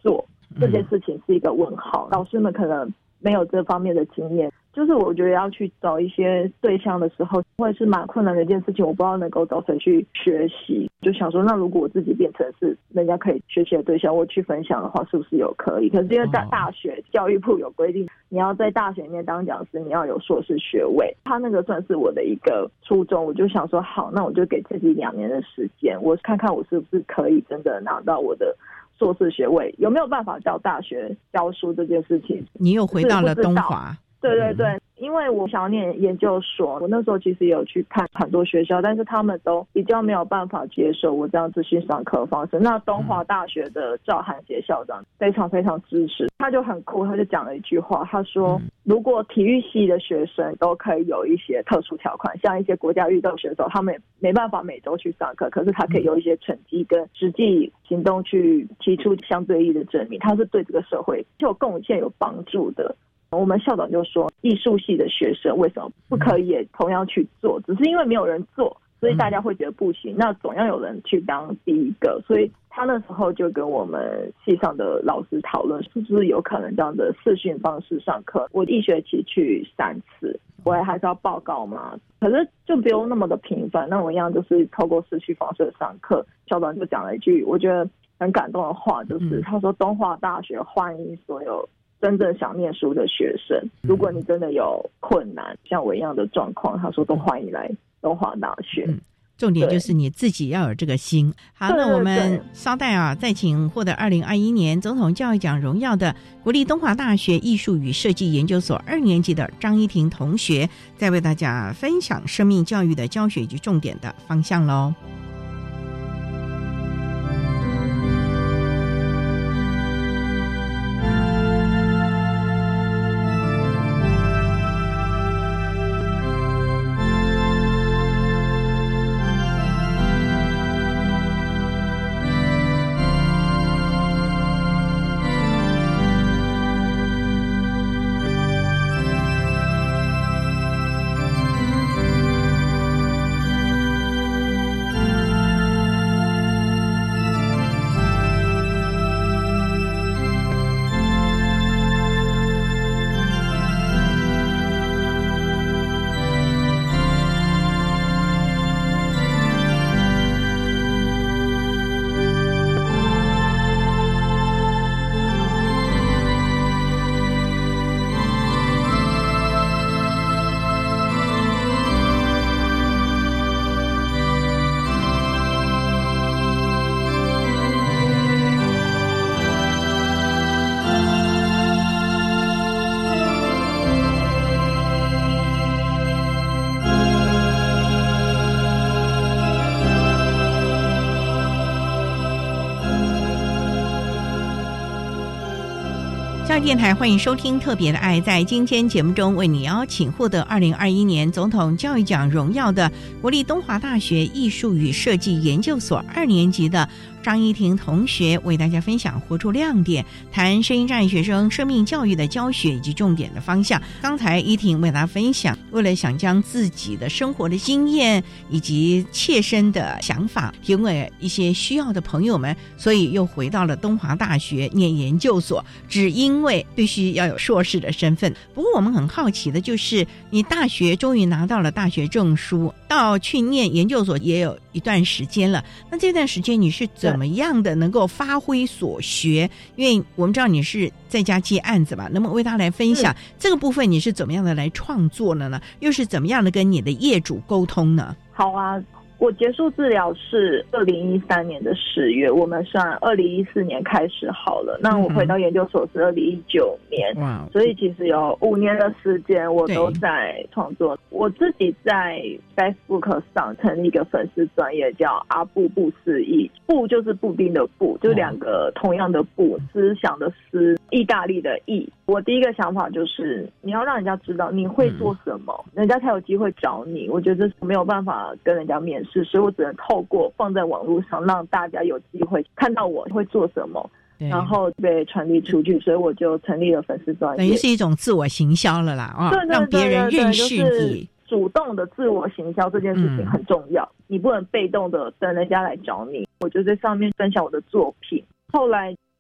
这件事情是一个问号，老师们可能没有这方面的经验。就是我觉得要去找一些对象的时候，会是蛮困难的一件事情，我不知道能够找谁去学习。就想说，那如果我自己变成是人家可以学习的对象，我去分享的话，是不是有可以？可是因为在大学教育部有规定，你要在大学里面当讲师，你要有硕士学位，他那个算是我的一个初衷。我就想说，好，那我就给自己两年的时间，我看看我是不是可以真的拿到我的硕士学位，有没有办法到大学教书这件事情。 你又回到了东华。 对对对，因为我想要念研究所，我那时候其实也有去看很多学校，但是他们都比较没有办法接受我这样子去上课的方式。那东华大学的赵涵杰校长非常非常支持，他就很酷，他就讲了一句话，他说如果体育系的学生都可以有一些特殊条款，像一些国家运动选手，他们没办法每周去上课，可是他可以有一些成绩跟实际行动去提出相对应的证明，他是对这个社会就有贡献有帮助的。我们校长就说，艺术系的学生为什么不可以也同样去做？只是因为没有人做，所以大家会觉得不行。那总要有人去当第一个，所以他那时候就跟我们系上的老师讨论，是不是有可能这样的视讯方式上课。我一学期去三次，我还是要报告嘛，可是就不用那么的频繁。那我一样就是透过视讯方式上课。校长就讲了一句我觉得很感动的话，就是他说东华大学欢迎所有真正想念书的学生，如果你真的有困难像我一样的状况，他说都欢迎来东华大学、嗯、 重点就是你自己要有这个心。好，那我们稍待啊，再请获得二零二一年总统教育奖荣耀的国立东华大学艺术与设计研究所二年级的张依婷同学，再为大家分享生命教育的教学以及重点的方向咯。教育电台欢迎收听特别的爱，在今天节目中为你邀请获得二零二一年总统教育奖荣耀的国立东华大学艺术与设计研究所二年级的张依婷同学，为大家分享活出亮点，谈声音障碍学生生命教育的教学以及重点的方向。刚才依婷为大家分享，为了想将自己的生活的经验以及切身的想法提供给一些需要的朋友们，所以又回到了东华大学念研究所，只因为必须要有硕士的身份。不过我们很好奇的就是，你大学终于拿到了大学证书，到去念研究所也有一段时间了，那这段时间你是怎么样的能够发挥所学？因为我们知道你是在家接案子嘛，那么为大家来分享、嗯、这个部分你是怎么样的来创作的呢？又是怎么样的跟你的业主沟通呢？ 好啊，我结束治疗是二零一三年的十月，我们算二零一四年开始好了。那我回到研究所是二零一九年、嗯，所以其实有五年的时间我都在创作。我自己在 Facebook 上成立一个粉丝专页叫阿布不思议，布就是布丁的布，就两个同样的布，思想的思，意大利的意。我第一个想法就是你要让人家知道你会做什么、嗯、人家才有机会找你。我觉得没有办法跟人家面试，所以我只能透过放在网络上让大家有机会看到我会做什么，然后被传递出去，所以我就成立了粉丝专页， 等于是一种自我行销了啦、哦、 对对对对对， 让别人认识你、就是主动的自我行销这件事情很重要、嗯、你不能被动的等人家来找你。我就在上面分享我的作品，后来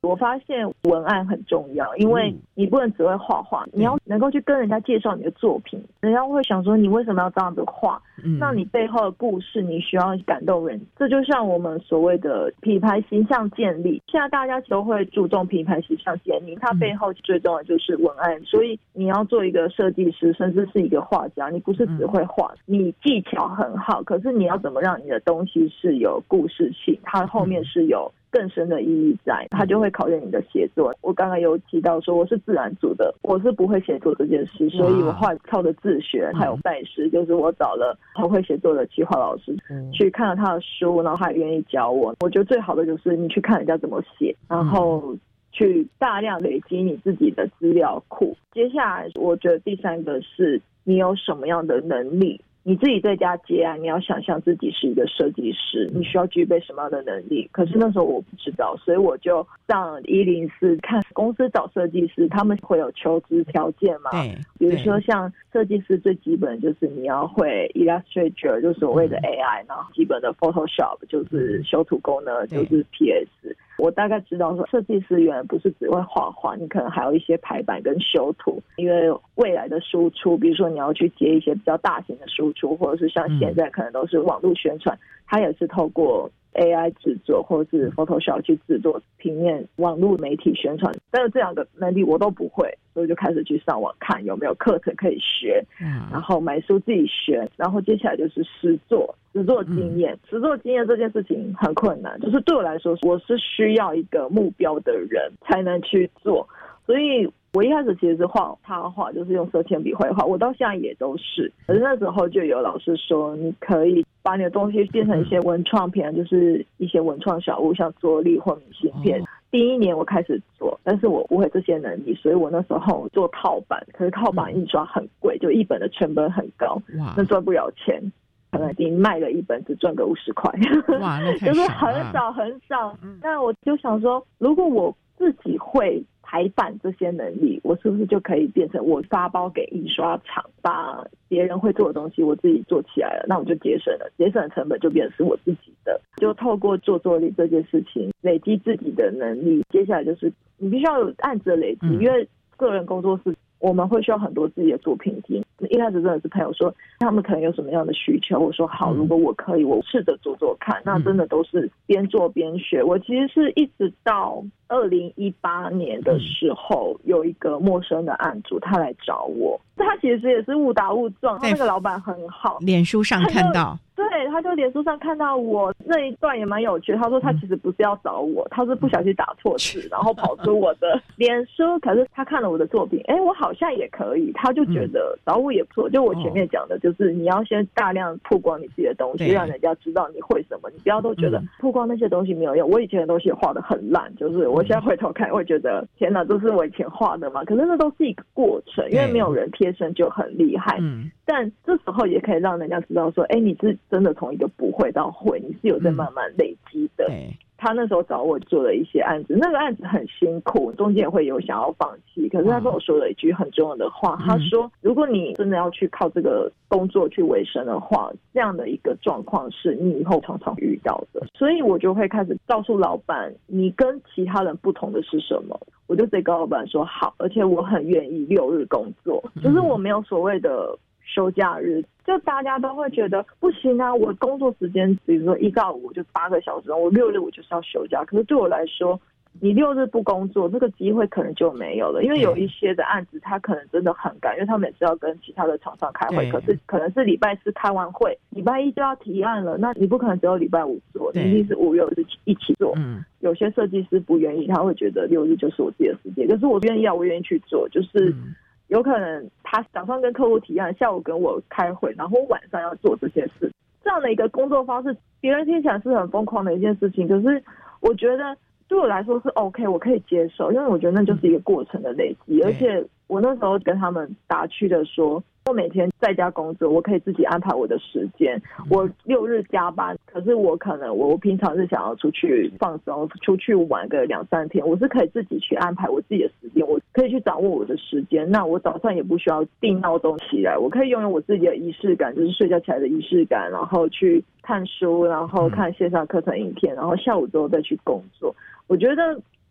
我发现文案很重要，因为你不能只会画画，你要能够去跟人家介绍你的作品，人家会想说你为什么要这样子画，嗯，那你背后的故事你需要感动人。这就像我们所谓的品牌形象建立，现在大家都会注重品牌形象建立，它背后最重要的就是文案，所以你要做一个设计师甚至是一个画家，你不是只会画，你技巧很好，可是你要怎么让你的东西是有故事性，它后面是有更深的意义在，它就会考验你的写作。我刚刚有提到说我是自然组的，我是不会写作这件事，所以我后来靠着自学还有拜师，就是我找了很会写作的企划老师，嗯，去看了他的书，然后他也愿意教我。我觉得最好的就是你去看人家怎么写，然后去大量累积你自己的资料库。接下来我觉得第三个是你有什么样的能力，你自己在家接案，你要想象自己是一个设计师，你需要具备什么样的能力？可是那时候我不知道，所以我就上一零四看公司找设计师，他们会有求职条件嘛？对，比如说像设计师最基本就是你要会 Illustrator， 就所谓的 A I， 然后基本的 Photoshop 就是修图功能，就是 P S。我大概知道说设计师原来不是只会画画，你可能还有一些排版跟修图，因为未来的输出，比如说你要去接一些比较大型的输出，或者是像现在可能都是网络宣传，它也是透过 A I 制作或者是 Photoshop 去制作平面网络媒体宣传。但是这两个能力我都不会，所以就开始去上网看有没有课程可以学，然后买书自己学，然后接下来就是实作实作经验。实作经验这件事情很困难，就是对我来说我是需要一个目标的人才能去做，所以我一开始其实是画插画，就是用色铅笔绘画，我到现在也都是。可是那时候就有老师说你可以把你的东西变成一些文创片，就是一些文创小物，像桌历或明信片。哦，第一年我开始做，但是我不会这些能力，所以我那时候做套版，可是套版印刷很贵，就一本的成本很高，那赚不了钱。可能已经卖了一本只赚个五十块，哇，那太少了，就是很少很少。嗯，那我就想说，如果我自己会排版这些能力，我是不是就可以变成我发包给印刷厂，把别人会做的东西我自己做起来了，那我就节省了，节省的成本就变成是我自己的。就透过做作力这件事情累积自己的能力，接下来就是你必须要有案子的累积，嗯，因为个人工作室我们会需要很多自己的作品集。一开始真的是朋友说他们可能有什么样的需求，我说好，如果我可以我试着做做看，那真的都是边做边学。我其实是一直到二零一八年的时候，有一个陌生的案主他来找我，他其实也是误打误撞，他那个老板很好， 脸书上看到， 对，他就脸书上看到我那一段也蛮有趣，他说他其实不是要找我，他是不小心打错字，然后跑出我的脸书，可是他看了我的作品，哎，我好像也可以，他就觉得找我也不错。就我前面讲的，就是你要先大量曝光你自己的东西，让人家知道你会什么，你不要都觉得曝光那些东西没有用。我以前的东西画得很烂，就是我现在回头看会觉得天哪，这是我以前画的嘛？可是那都是一个过程，因为没有人天生就很厉害。嗯，但这时候也可以让人家知道说，哎，你是真的从一个不会到会，你是有在慢慢累积的。嗯，他那时候找我做了一些案子，那个案子很辛苦，中间也会有想要放弃，可是他跟我说了一句很重要的话，他说如果你真的要去靠这个工作去维生的话，这样的一个状况是你以后常常遇到的。所以我就会开始告诉老板，你跟其他人不同的是什么。我就得跟老板说好，而且我很愿意六日工作，就是我没有所谓的休假日，就大家都会觉得不行啊，我工作时间比如说一到五就八个小时，我六日我就是要休假。可是对我来说，你六日不工作，这个机会可能就没有了，因为有一些的案子他可能真的很赶，因为他每次要跟其他的厂商开会，可是可能是礼拜四开完会，礼拜一就要提案了，那你不可能只有礼拜五做，你一定是五六日一起做。嗯，有些设计师不愿意，他会觉得六日就是我自己的时间，可是我愿意啊，我愿意去做，就是。嗯，有可能他早上跟客户提案，下午跟我开会，然后晚上要做这些事，这样的一个工作方式，别人听起来是很疯狂的一件事情，可是我觉得对我来说是 OK， 我可以接受，因为我觉得那就是一个过程的累积，而且我那时候跟他们打趣的说，我每天在家工作，我可以自己安排我的时间，我六日加班，可是我可能我平常是想要出去放松，出去玩个两三天，我是可以自己去安排我自己的时间，我可以去掌握我的时间。那我早上也不需要定闹钟起来，我可以拥有我自己的仪式感，就是睡觉起来的仪式感，然后去看书，然后看线上课程影片，然后下午之后再去工作。我觉得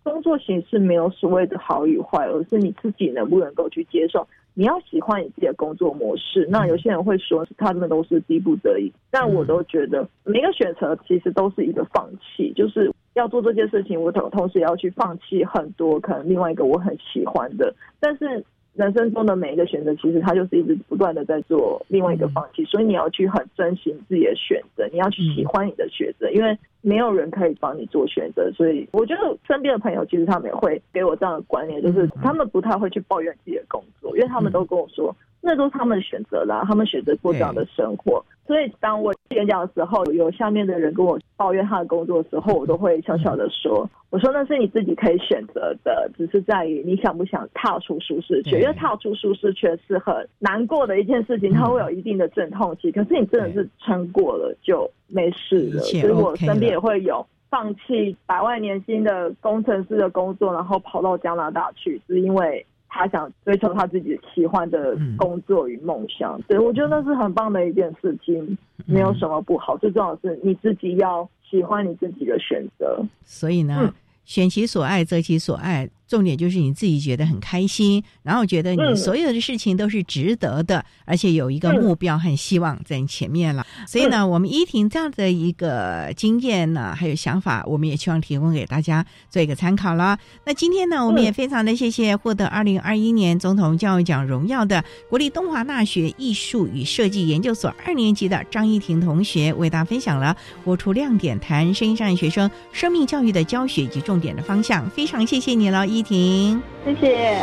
工作形式没有所谓的好与坏，而是你自己能不能够去接受。你要喜欢你自己的工作模式，那有些人会说他们都是逼不得已，但我都觉得每个选择其实都是一个放弃，就是要做这件事情，我同同时要去放弃很多可能另外一个我很喜欢的，但是人生中的每一个选择，其实它就是一直不断的在做另外一个放弃，所以你要去很珍惜自己的选择，你要去喜欢你的选择，因为没有人可以帮你做选择。所以我觉得身边的朋友其实他们也会给我这样的观念，就是他们不太会去抱怨自己的工作，因为他们都跟我说那都是他们的选择啦，他们选择过这样的生活。所以当我演讲的时候，有下面的人跟我抱怨他的工作的时候，我都会小小的说，我说那是你自己可以选择的，只是在于你想不想踏出舒适圈，因为踏出舒适圈是很难过的一件事情，它会有一定的阵痛期，可是你真的是撑过了就没事了。所以我身边也会有放弃百万年薪的工程师的工作，然后跑到加拿大去，是因为他想追求他自己喜欢的工作与梦想。对，我觉得那是很棒的一件事情，没有什么不好，最重要的是你自己要喜欢你自己的选择。 所以呢、嗯、选其所爱择其所爱，重点就是你自己觉得很开心，然后觉得你所有的事情都是值得的、嗯、而且有一个目标和希望在你前面了、嗯、所以呢我们依婷这样的一个经验呢还有想法，我们也希望提供给大家做一个参考了。那今天呢我们也非常的谢谢获得二零二一年总统教育奖荣耀的国立东华大学艺术与设计研究所二年级的张依婷同学，为大家分享了活出亮点，谈声音障碍学生生命教育的教学以及重点的方向。非常谢谢你了依婷， 谢谢。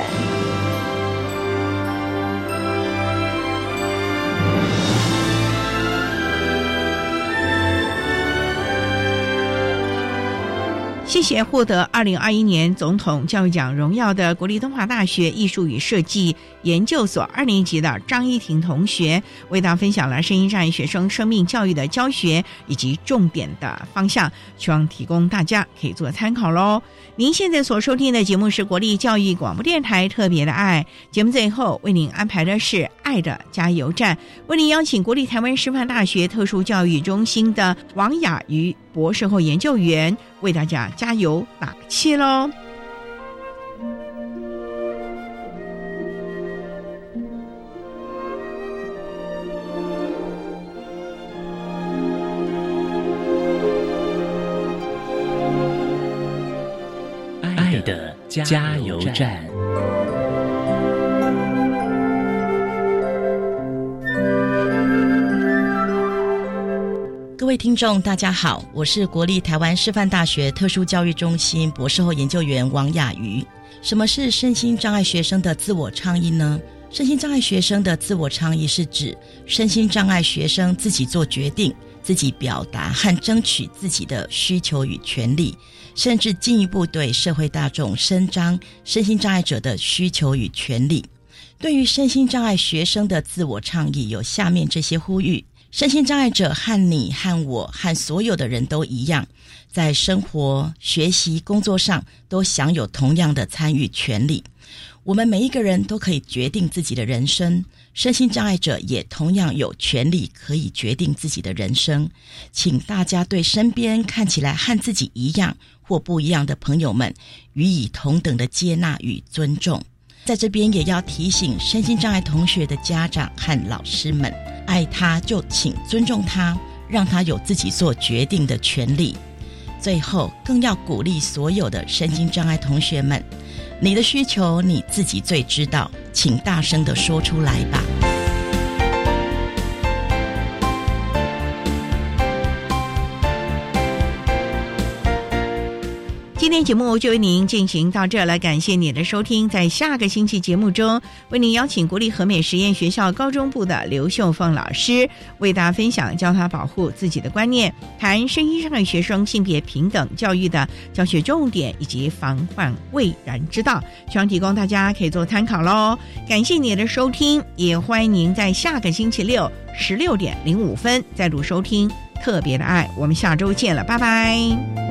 谢谢获得二零二一年总统教育奖荣耀的国立东华大学艺术与设计研究所二年级的张依婷同学，为大家分享了声音障碍学生生命教育的教学以及重点的方向，希望提供大家可以做参考咯。您现在所收听的节目是国立教育广播电台特别的爱节目，最后为您安排的是爱的加油站，为您邀请国立台湾师范大学特殊教育中心的王雅瑜博士后研究员为大家加油打气咯。 爱的加油站。 各位听众大家好，我是国立台湾师范大学特殊教育中心博士后研究员王雅瑜。什么是身心障碍学生的自我倡议呢？身心障碍学生的自我倡议是指身心障碍学生自己做决定，自己表达和争取自己的需求与权利，甚至进一步对社会大众伸张身心障碍者的需求与权利。对于身心障碍学生的自我倡议有下面这些呼吁：身心障碍者和你和我和所有的人都一样，在生活、学习、工作上都享有同样的参与权利。我们每一个人都可以决定自己的人生，身心障碍者也同样有权利可以决定自己的人生。请大家对身边看起来和自己一样或不一样的朋友们予以同等的接纳与尊重。在这边也要提醒身心障碍同学的家长和老师们，爱他就请尊重他，让他有自己做决定的权利。最后更要鼓励所有的身心障碍同学们，你的需求你自己最知道，请大声地说出来吧。 今天节目就为您进行到这了，感谢你的收听。在下个星期节目中，为您邀请国立和美实验学校高中部的刘秀凤老师，为大家分享教他保护自己的观念，谈身心障碍学生性别平等教育的教学重点以及防患未然之道，希望提供大家可以做参考咯。感谢你的收听，也欢迎您在下个星期六十六点零五分再度收听特别的爱。我们下周见了，拜拜。